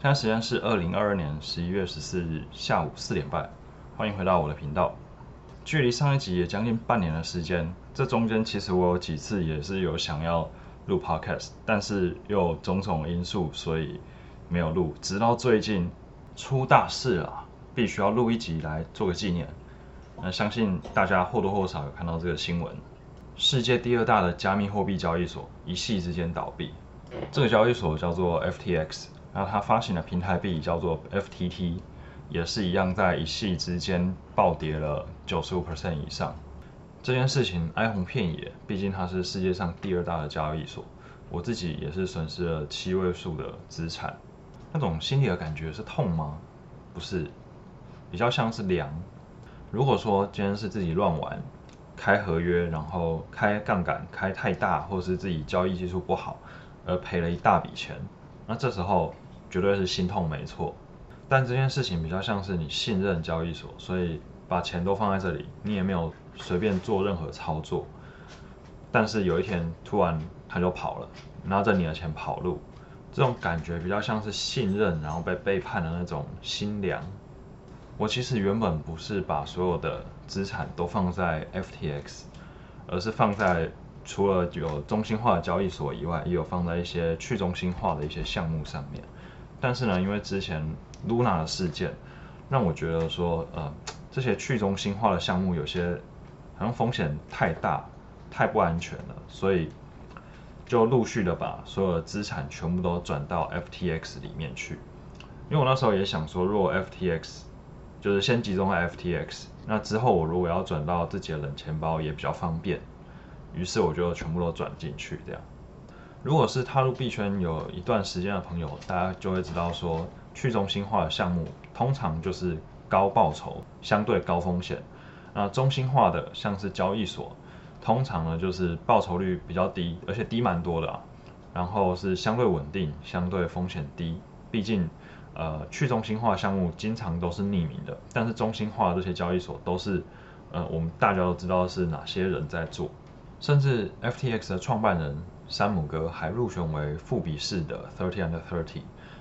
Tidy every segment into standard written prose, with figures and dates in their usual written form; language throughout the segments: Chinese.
现在时间是2022年11月14日下午4点半，欢迎回到我的频道。距离上一集也将近半年的时间，这中间其实我有几次也是有想要录 podcast， 但是又种种因素，所以没有录。直到最近出大事了，必须要录一集来做个纪念。相信大家或多或少有看到这个新闻，世界第2大的加密货币交易所一夕之间倒闭。这个交易所叫做 FTX， 那它发行的平台币叫做 FTT， 也是一样在一夕之间暴跌了 95% 以上。这件事情哀鸿遍野，毕竟它是世界上第2大的交易所，我自己也是损失了7位数的资产。那种心里的感觉是痛吗？不是，比较像是凉。如果说今天是自己乱玩，开合约，然后开杠杆开太大，或是自己交易技术不好，而赔了一大笔钱，那这时候绝对是心痛没错。但这件事情比较像是你信任交易所，所以把钱都放在这里，你也没有随便做任何操作。但是有一天突然他就跑了，拿着你的钱跑路，这种感觉比较像是信任，然后被背叛的那种心凉。我其实原本不是把所有的资产都放在 FTX， 而是放在除了有中心化的交易所以外，也有放在一些去中心化的一些项目上面。但是呢，因为之前 Luna 的事件，让我觉得说，这些去中心化的项目有些好像风险太大，太不安全了，所以就陆续的把所有的资产全部都转到 FTX 里面去。因为我那时候也想说，如果 FTX 就是先集中在 FTX， 那之后我如果要转到自己的冷钱包也比较方便，于是我就全部都转进去这样。如果是踏入币圈有一段时间的朋友，大家就会知道说，去中心化的项目通常就是高报酬，相对高风险。那中心化的像是交易所，通常呢就是报酬率比较低，而且低蛮多的然后是相对稳定，相对风险低。毕竟去中心化项目经常都是匿名的，但是中心化的这些交易所都是我们大家都知道是哪些人在做，甚至 FTX 的创办人山姆哥还入选为富比士的30 under 30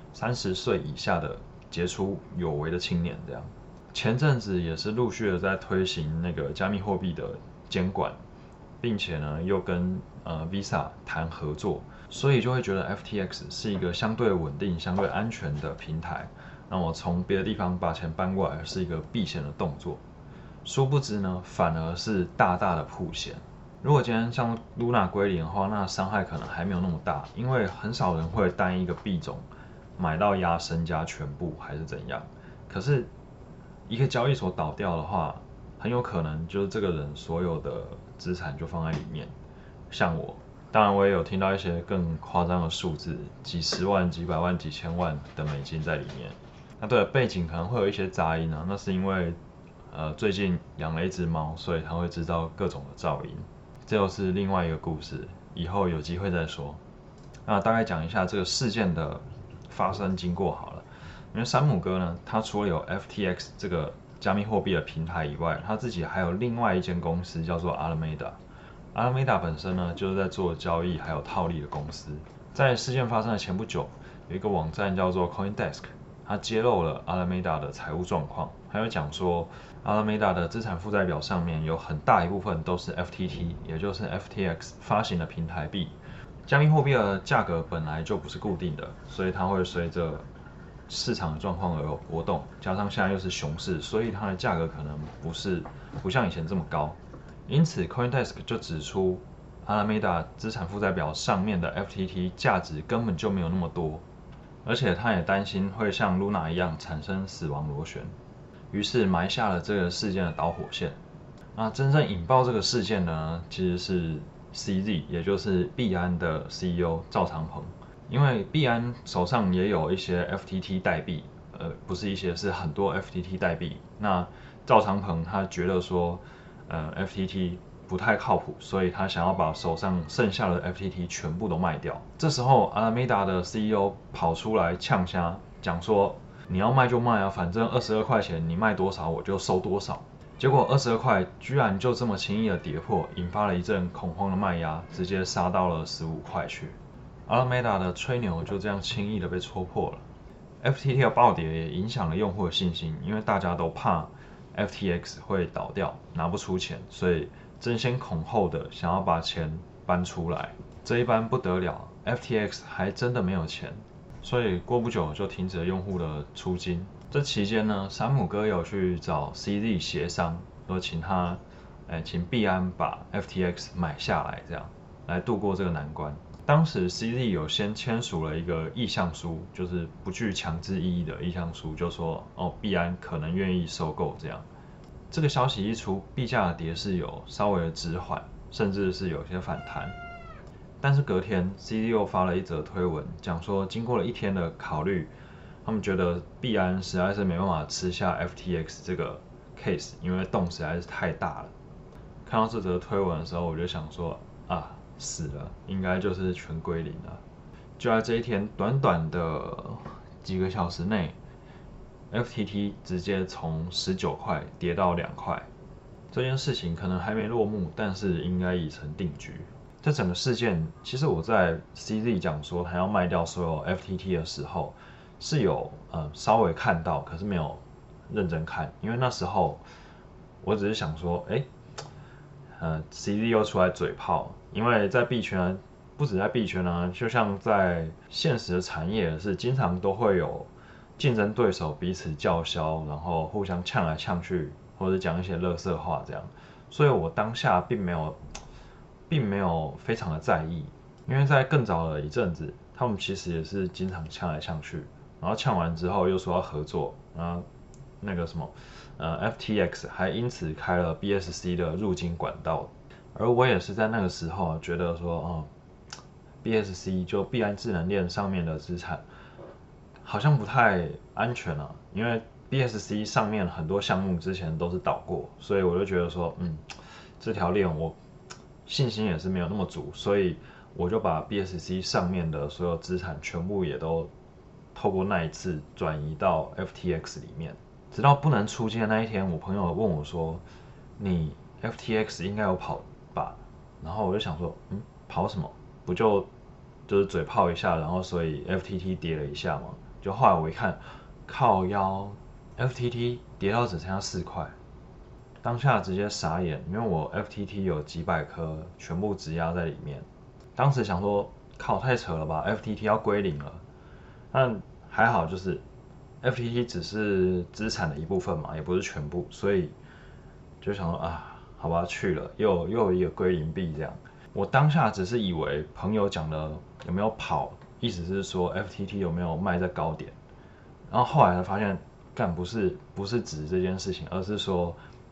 30岁以下的杰出有为的青年这样。前阵子也是陆续的在推行那个加密货币的监管，并且呢又跟Visa 谈合作，所以就会觉得 FTX 是一个相对稳定、相对安全的平台。让我从别的地方把钱搬过来是一个避险的动作，殊不知呢，反而是大大的曝险。如果今天像 Luna 归零的话，那伤害可能还没有那么大，因为很少人会单一个币种买到压身家全部还是怎样。可是一个交易所倒掉的话，很有可能就是这个人所有的资产就放在里面。像我，当然我也有听到一些更夸张的数字，几十万、几百万、几千万的美金在里面。那对了，背景可能会有一些杂音那是因为最近养了一只猫，所以它会制造各种的噪音。这又是另外一个故事，以后有机会再说。那大概讲一下这个事件的发生经过好了。因为山姆哥呢，他除了有 FTX 这个加密货币的平台以外，他自己还有另外一间公司叫做 Alameda。Alameda 本身呢，就是在做交易还有套利的公司。在事件发生的前不久，有一个网站叫做 CoinDesk， 它揭露了 Alameda 的财务状况，还有讲说 Alameda 的资产负债表上面有很大一部分都是 FTT， 也就是 FTX 发行的平台币。加密货币的价格本来就不是固定的，所以它会随着市场的状况而有波动，加上现在又是熊市，所以它的价格可能不像以前这么高。因此 CoinDesk 就指出 Alameda 资产负债表上面的 FTT 价值根本就没有那么多，而且他也担心会像 Luna 一样产生死亡螺旋，于是埋下了这个事件的导火线。那真正引爆这个事件呢，其实是 CZ， 也就是币安的 CEO 赵长鹏。因为币安手上也有一些 FTT 代币，不是一些，是很多 FTT 代币。那赵长鹏他觉得说，FTT 不太靠谱，所以他想要把手上剩下的 FTT 全部都卖掉。这时候 Alameda 的 CEO 跑出来呛虾，讲说你要卖就卖啊，反正22块钱你卖多少我就收多少。结果22块居然就这么轻易的跌破，引发了一阵恐慌的卖压，直接杀到了15块去。Alameda 的吹牛就这样轻易的被戳破了。 FTT 的暴跌也影响了用户的信心，因为大家都怕 FTX 会倒掉，拿不出钱，所以争先恐后的想要把钱搬出来。这一搬不得了 ，FTX 还真的没有钱，所以过不久就停止了用户的出金。这期间呢，山姆哥有去找 CZ 协商，说请币安把 FTX 买下来，这样来度过这个难关。当时 CZ 有先签署了一个意向书，就是不具强制意义的意向书，就说币安可能愿意收购这样。这个消息一出，币价的跌势有稍微的止缓，甚至是有些反弹。但是隔天 CZ 又发了一则推文，讲说经过了一天的考虑，他们觉得币安实在是没办法吃下 FTX 这个 case， 因为洞实在是太大了。看到这则推文的时候，我就想说死了，应该就是全归零了。就在这一天，短短的几个小时内 ，FTT 直接从19块跌到2块。这件事情可能还没落幕，但是应该已成定局。这整个事件，其实我在 CZ 讲说他要卖掉所有 FTT 的时候，是有稍微看到，可是没有认真看，因为那时候我只是想说，CZ 又出来嘴炮，因为在币圈，不止在币圈啊，就像在现实的产业是经常都会有竞争对手彼此叫嚣，然后互相呛来呛去，或者讲一些垃圾话这样，所以我当下并没有非常的在意，因为在更早的一阵子，他们其实也是经常呛来呛去，然后呛完之后又说要合作，然后那个什么FTX 还因此开了 BSC 的入金管道，而我也是在那个时候觉得说BSC 就币安智能链上面的资产好像不太安全啊，因为 BSC 上面很多项目之前都是倒过，所以我就觉得说这条链我信心也是没有那么足，所以我就把 BSC 上面的所有资产全部也都透过那一次转移到 FTX 里面。直到不能出金的那一天，我朋友问我说：“你 FTX 应该有跑吧？”然后我就想说：“跑什么？不就是嘴炮一下，然后所以 FTT 跌了一下嘛。”就后来我一看，靠腰 FTT 跌到只剩下4块，当下直接傻眼，因为我 FTT 有几百颗全部质押在里面。当时想说，靠，太扯了吧 ，FTT 要归零了。但还好，就是 FTT 只是资产的一部分嘛，也不是全部，所以就想说好吧，去了，又有一个归零币这样。我当下只是以为朋友讲的有没有跑，意思是说 FTT 有没有卖在高点，然后后来才发现，不是指这件事情，而是说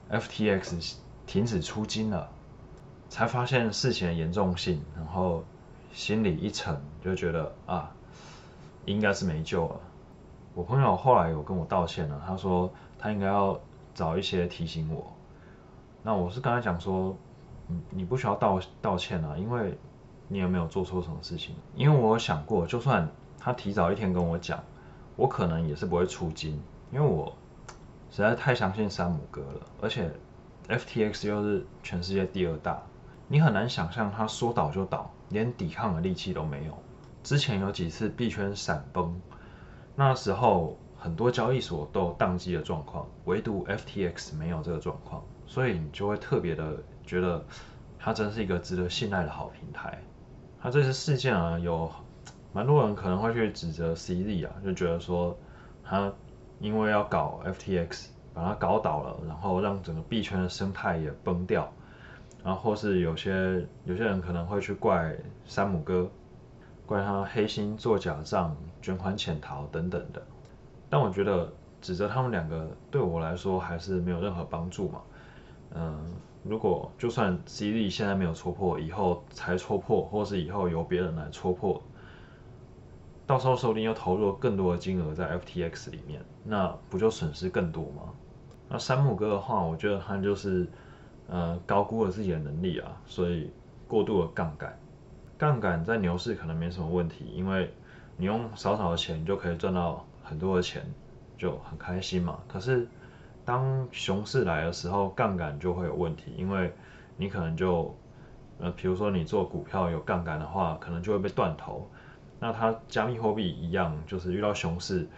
FTX 停止出金了，才发现事情的严重性，然后心里一沉，就觉得应该是没救了。我朋友后来有跟我道歉了，他说他应该要早一些提醒我。那我是跟他讲说，你不需要道歉啊，因为你也没有做错什么事情。因为我有想过，就算他提早一天跟我讲，我可能也是不会出金，因为我实在太相信山姆哥了，而且 FTX 又是全世界第2大，你很难想象他说倒就倒，连抵抗的力气都没有。之前有几次币圈闪崩，那时候很多交易所都有宕机的状况，唯独 FTX 没有这个状况，所以你就会特别的觉得它真是一个值得信赖的好平台。它这次事件有蛮多人可能会去指责 CZ 就觉得说他因为要搞 FTX， 把它搞倒了，然后让整个币圈的生态也崩掉，然后或是有些人可能会去怪山姆哥，怪他黑心做假账、卷款潜逃等等的。但我觉得指责他们2个对我来说还是没有任何帮助嘛。如果就算 CZ 现在没有戳破，以后才戳破，或是以后由别人来戳破，到时候说不定又投入更多的金额在 FTX 里面，那不就损失更多吗？那山姆哥的话，我觉得他就是高估了自己的能力所以过度的杠杆。杠杆在牛市可能没什么问题，因为你用少少的钱你就可以赚到很多的钱，就很开心嘛。可是当熊市来的时候，杠杆就会有问题，因为你可能就比如说你做股票有杠杆的话，可能就会被断头。那它加密货币一样，就是遇到熊市，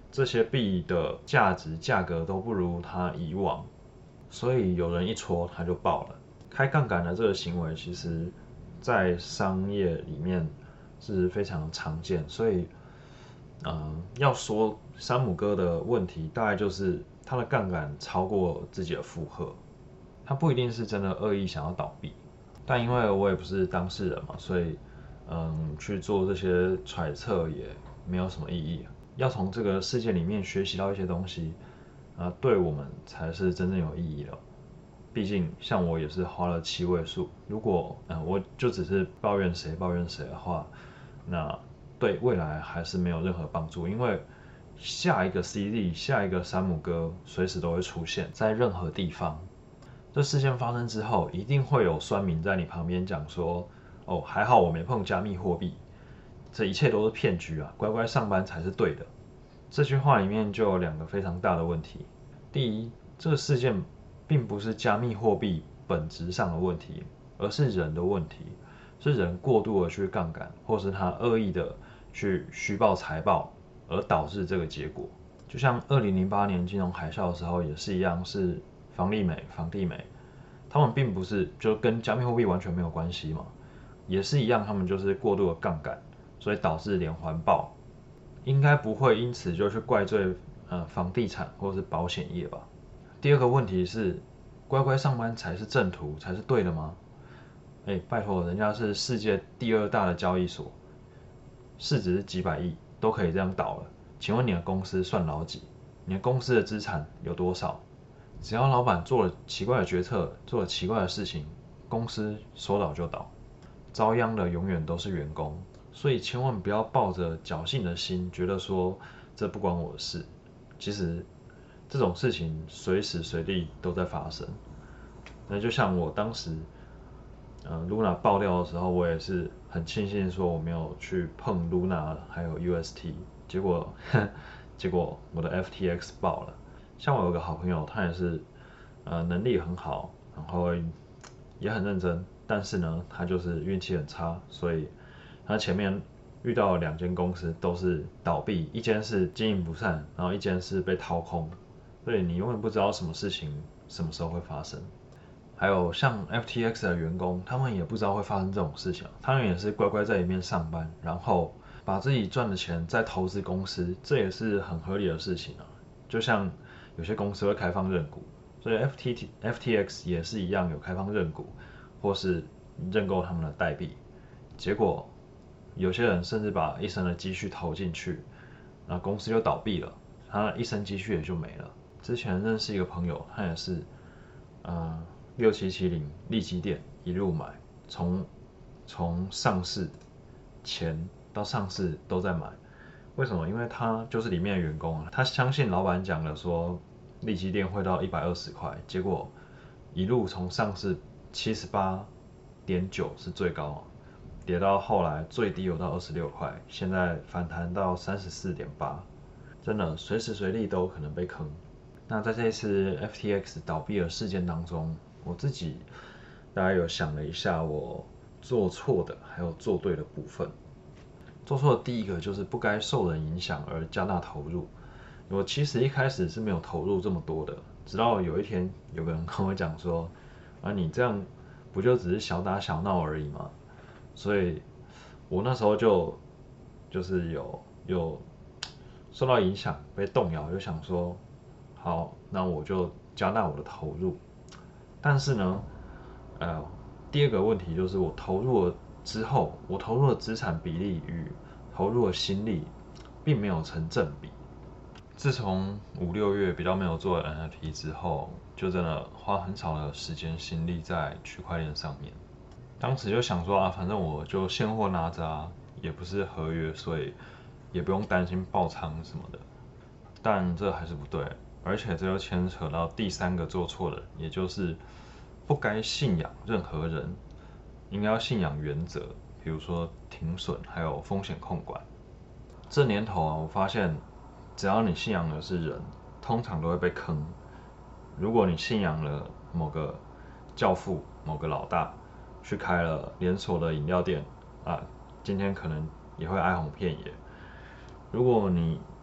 这些币的价格都不如它以往，所以有人一戳它就爆了。开杠杆的这个行为，其实在商业里面是非常常见，所以，要说山姆哥的问题，大概就是他的杠杆超过自己的负荷，他不一定是真的恶意想要倒闭，但因为我也不是当事人嘛，所以，去做这些揣测也没有什么意义。要从这个事件里面学习到一些东西，对我们才是真正有意义的。毕竟像我也是花了7位数，如果我就只是抱怨谁的话，那对未来还是没有任何帮助，因为下一个 CD 下一个山姆哥随时都会出现在任何地方。这事件发生之后，一定会有酸民在你旁边讲说，哦，还好我没碰加密货币，这一切都是骗局啊，乖乖上班才是对的。这句话里面就有2个非常大的问题。第一，这个事件并不是加密货币本质上的问题，而是人的问题，是人过度的去杠杆，或是他恶意的去虚报财报，而导致这个结果。就像2008年金融海啸的时候也是一样，是房地美，他们并不是就跟加密货币完全没有关系嘛，也是一样，他们就是过度的杠杆，所以导致连环爆。应该不会因此就去怪罪房地产或是保险业吧。第二个问题是，乖乖上班才是正途，才是对的吗？拜托，人家是世界第2大的交易所，市值是几百亿，都可以这样倒了。请问你的公司算老几？你的公司的资产有多少？只要老板做了奇怪的决策，做了奇怪的事情，公司说倒就倒，遭殃的永远都是员工。所以千万不要抱着侥幸的心，觉得说这不关我的事。其实这种事情随时随地都在发生。那就像我当时，Luna 爆掉的时候，我也是很庆幸说我没有去碰 Luna 还有 UST，结果我的 FTX 爆了。像我有个好朋友，他也是能力很好，然后也很认真，但是呢，他就是运气很差，所以他前面遇到了2间公司都是倒闭，一间是经营不善，然后一间是被掏空，所以你永远不知道什么事情什么时候会发生。还有像 FTX 的员工，他们也不知道会发生这种事情，他们也是乖乖在里面上班，然后把自己赚的钱再投资公司，这也是很合理的事情啊。就像有些公司会开放认股，所以 FTX 也是一样有开放认股，或是认购他们的代币。结果有些人甚至把一生的积蓄投进去，那公司就倒闭了，他一生积蓄也就没了。之前认识一个朋友，他也是6770利基店一路买，从上市前到上市都在买。为什么？因为他就是里面的员工啊，他相信老板讲的说利基店会到120块，结果一路从上市78.9是最高，跌到后来最低有到26块，现在反弹到34.8，真的随时随地都有可能被坑。那在这一次 FTX 倒闭的事件当中，我自己大概有想了一下，我做错的还有做对的部分。做错的第一个就是不该受人影响而加大投入。我其实一开始是没有投入这么多的，直到有一天有个人跟我讲说，你这样不就只是小打小闹而已吗？所以我那时候就是有受到影响，被动摇，就想说，好，那我就加大我的投入。但是呢，第二个问题就是我投入了之后，我投入的资产比例与投入的心力并没有成正比。自从5、6月比较没有做 NFT 之后，就真的花很少的时间心力在区块链上面。当时就想说反正我就现货拿着啊，也不是合约，所以也不用担心爆仓什么的。但这还是不对，而且这又牵扯到第3个做错的，也就是不该信仰任何人，应该要信仰原则，比如说停损还有风险控管。这年头我发现只要你信仰的是人，通常都会被坑。如果你信仰了某个教父、某个老大，去开了连锁的饮料店今天可能也会哀鸿遍野。如果你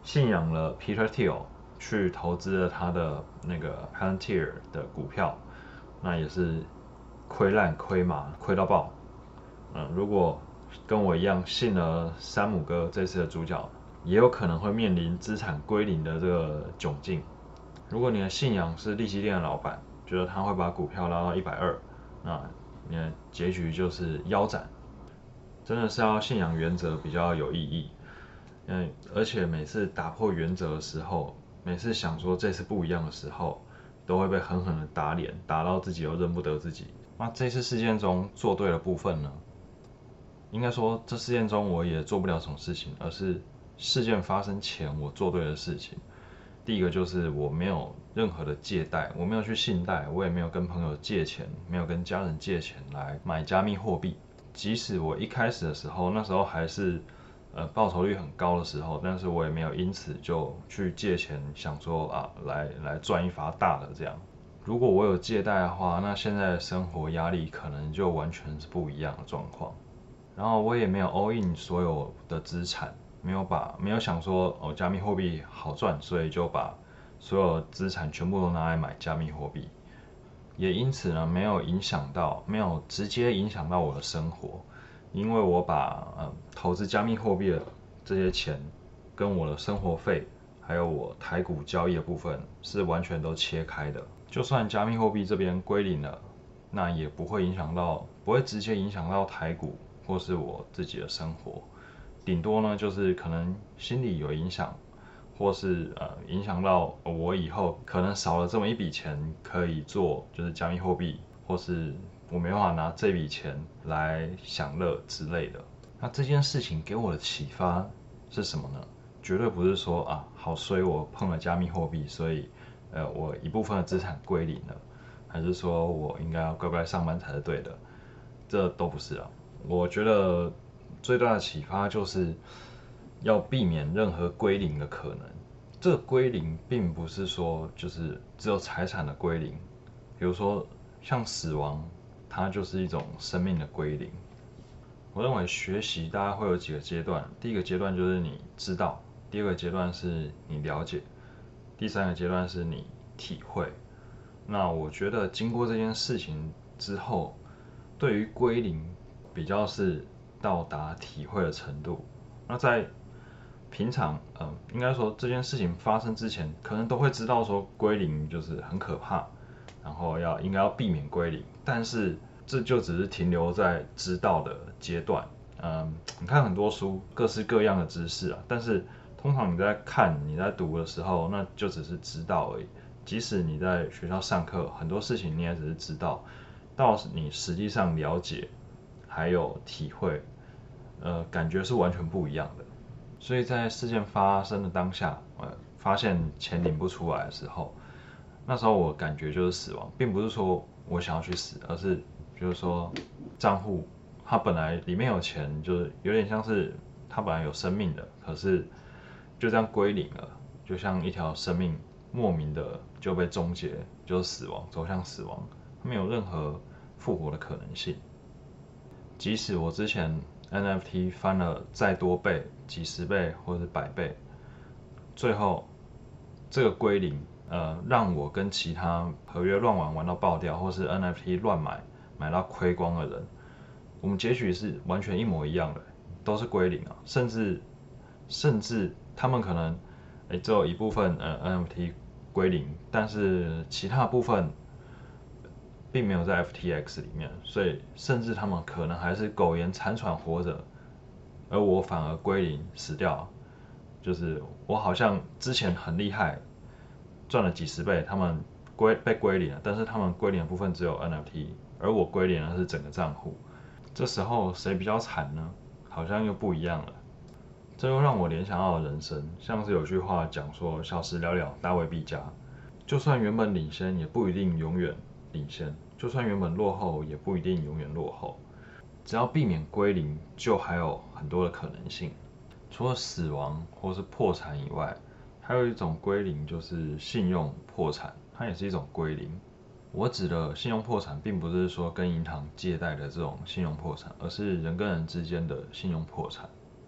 信仰了 Peter Thiel，去投资了他的那个 Palantir 的股票，那也是亏烂亏麻亏到爆。如果跟我一样信了山姆哥这次的主角，也有可能会面临资产归零的这个窘境。如果你的信仰是利基店的老板，觉得他会把股票拉到120，那你的结局就是腰斩。真的是要信仰原则比较有意义。而且每次打破原则的时候，每次想说这次不一样的时候，都会被狠狠的打脸，打到自己又认不得自己。那这次事件中做对的部分呢？应该说这事件中我也做不了什么事情，而是事件发生前我做对的事情。第一个就是我没有任何的借贷，我没有去信贷，我也没有跟朋友借钱，没有跟家人借钱来买加密货币。即使我一开始的时候，那时候还是报酬率很高的时候，但是我也没有因此就去借钱，想说来赚一发大的这样。如果我有借贷的话，那现在的生活压力可能就完全是不一样的状况。然后我也没有 all in 所有的资产，没有想说加密货币好赚，所以就把所有资产全部都拿来买加密货币，也因此呢没有直接影响到我的生活，因为我把投资加密货币的这些钱跟我的生活费还有我台股交易的部分是完全都切开的，就算加密货币这边归零了，那也不会直接影响到台股或是我自己的生活，顶多呢就是可能心理有影响，或是影响到我以后可能少了这么一笔钱可以做就是加密货币，或是我没办法拿这笔钱来享乐之类的。那这件事情给我的启发是什么呢？绝对不是说好衰我碰了加密货币，所以我一部分的资产归零了，还是说我应该要乖乖上班才是对的，这都不是啊。我觉得最大的启发就是要避免任何归零的可能。这个归零并不是说就是只有财产的归零，比如说像死亡，它就是一种生命的归零。我认为学习大概会有几个阶段，第一个阶段就是你知道，第二个阶段是你了解，第三个阶段是你体会。那我觉得经过这件事情之后，对于归零比较是到达体会的程度。那在平常，应该说这件事情发生之前，可能都会知道说归零就是很可怕，然后应该要避免归零，但是这就只是停留在知道的阶段。你看很多书，各式各样的知识啊，但是通常你在读的时候，那就只是知道而已。即使你在学校上课，很多事情你也只是知道，到你实际上了解还有体会，感觉是完全不一样的。所以在事件发生的当下，发现钱领不出来的时候，那时候我感觉就是死亡，并不是说我想要去死，而是就是说账户它本来里面有钱，就是有点像是它本来有生命的，可是就这样归零了，就像一条生命莫名的就被终结，就是死亡，走向死亡，没有任何复活的可能性。即使我之前 NFT 翻了再多倍、几十倍或者是100倍，最后这个归零，让我跟其他合约乱玩到爆掉，或是 NFT 乱买到亏光的人，我们结局是完全一模一样的，都是归零啊，甚至他们可能只有一部分NFT 归零，但是其他部分并没有在 FTX 里面，所以甚至他们可能还是苟延残喘活着，而我反而归零死掉。就是我好像之前很厉害，赚了几十倍，他们被归零了，但是他们归零的部分只有 NFT， 而我归零的是整个账户。这时候谁比较惨呢？好像又不一样了。这又让我联想到了人生，像是有句话讲说，小时了了，大未必佳。就算原本领先，也不一定永远领先；就算原本落后，也不一定永远落后。只要避免归零，就还有很多的可能性。除了死亡或是破产以外，还有一种归零就是信用破产，它也是一种归零。我指的信用破产，并不是说跟银行借贷的这种信用破产，而是人跟人之间的信用破产。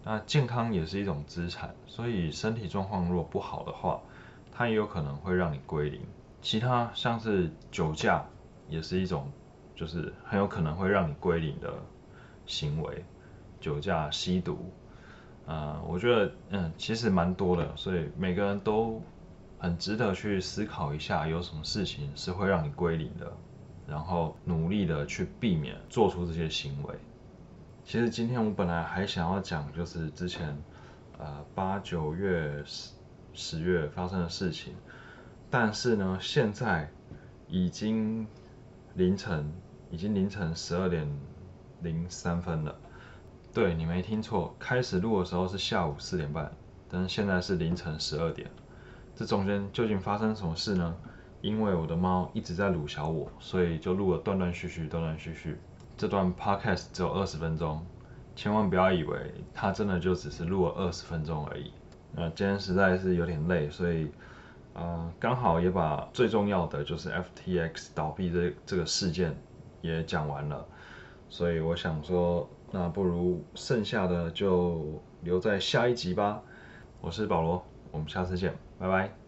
那健康也是一种资产，所以身体状况如果不好的话，它也有可能会让你归零。其他像是酒驾，也是一种就是很有可能会让你归零的行为。酒驾、吸毒，我觉得其实蛮多的，所以每个人都很值得去思考一下，有什么事情是会让你归零的，然后努力的去避免做出这些行为。其实今天我本来还想要讲，就是之前8、9月、10月发生的事情，但是呢，现在已经凌晨，12:03了。对，你没听错，开始录的时候是下午4点半，但是现在是凌晨12点。这中间究竟发生什么事呢？因为我的猫一直在撸小我，所以就录了断断续续。这段 podcast 只有20分钟，千万不要以为它真的就只是录了20分钟而已。今天实在是有点累，所以刚好也把最重要的就是 FTX 倒闭这个事件也讲完了，所以我想说，那不如剩下的就留在下一集吧。我是保罗，我们下次见，拜拜。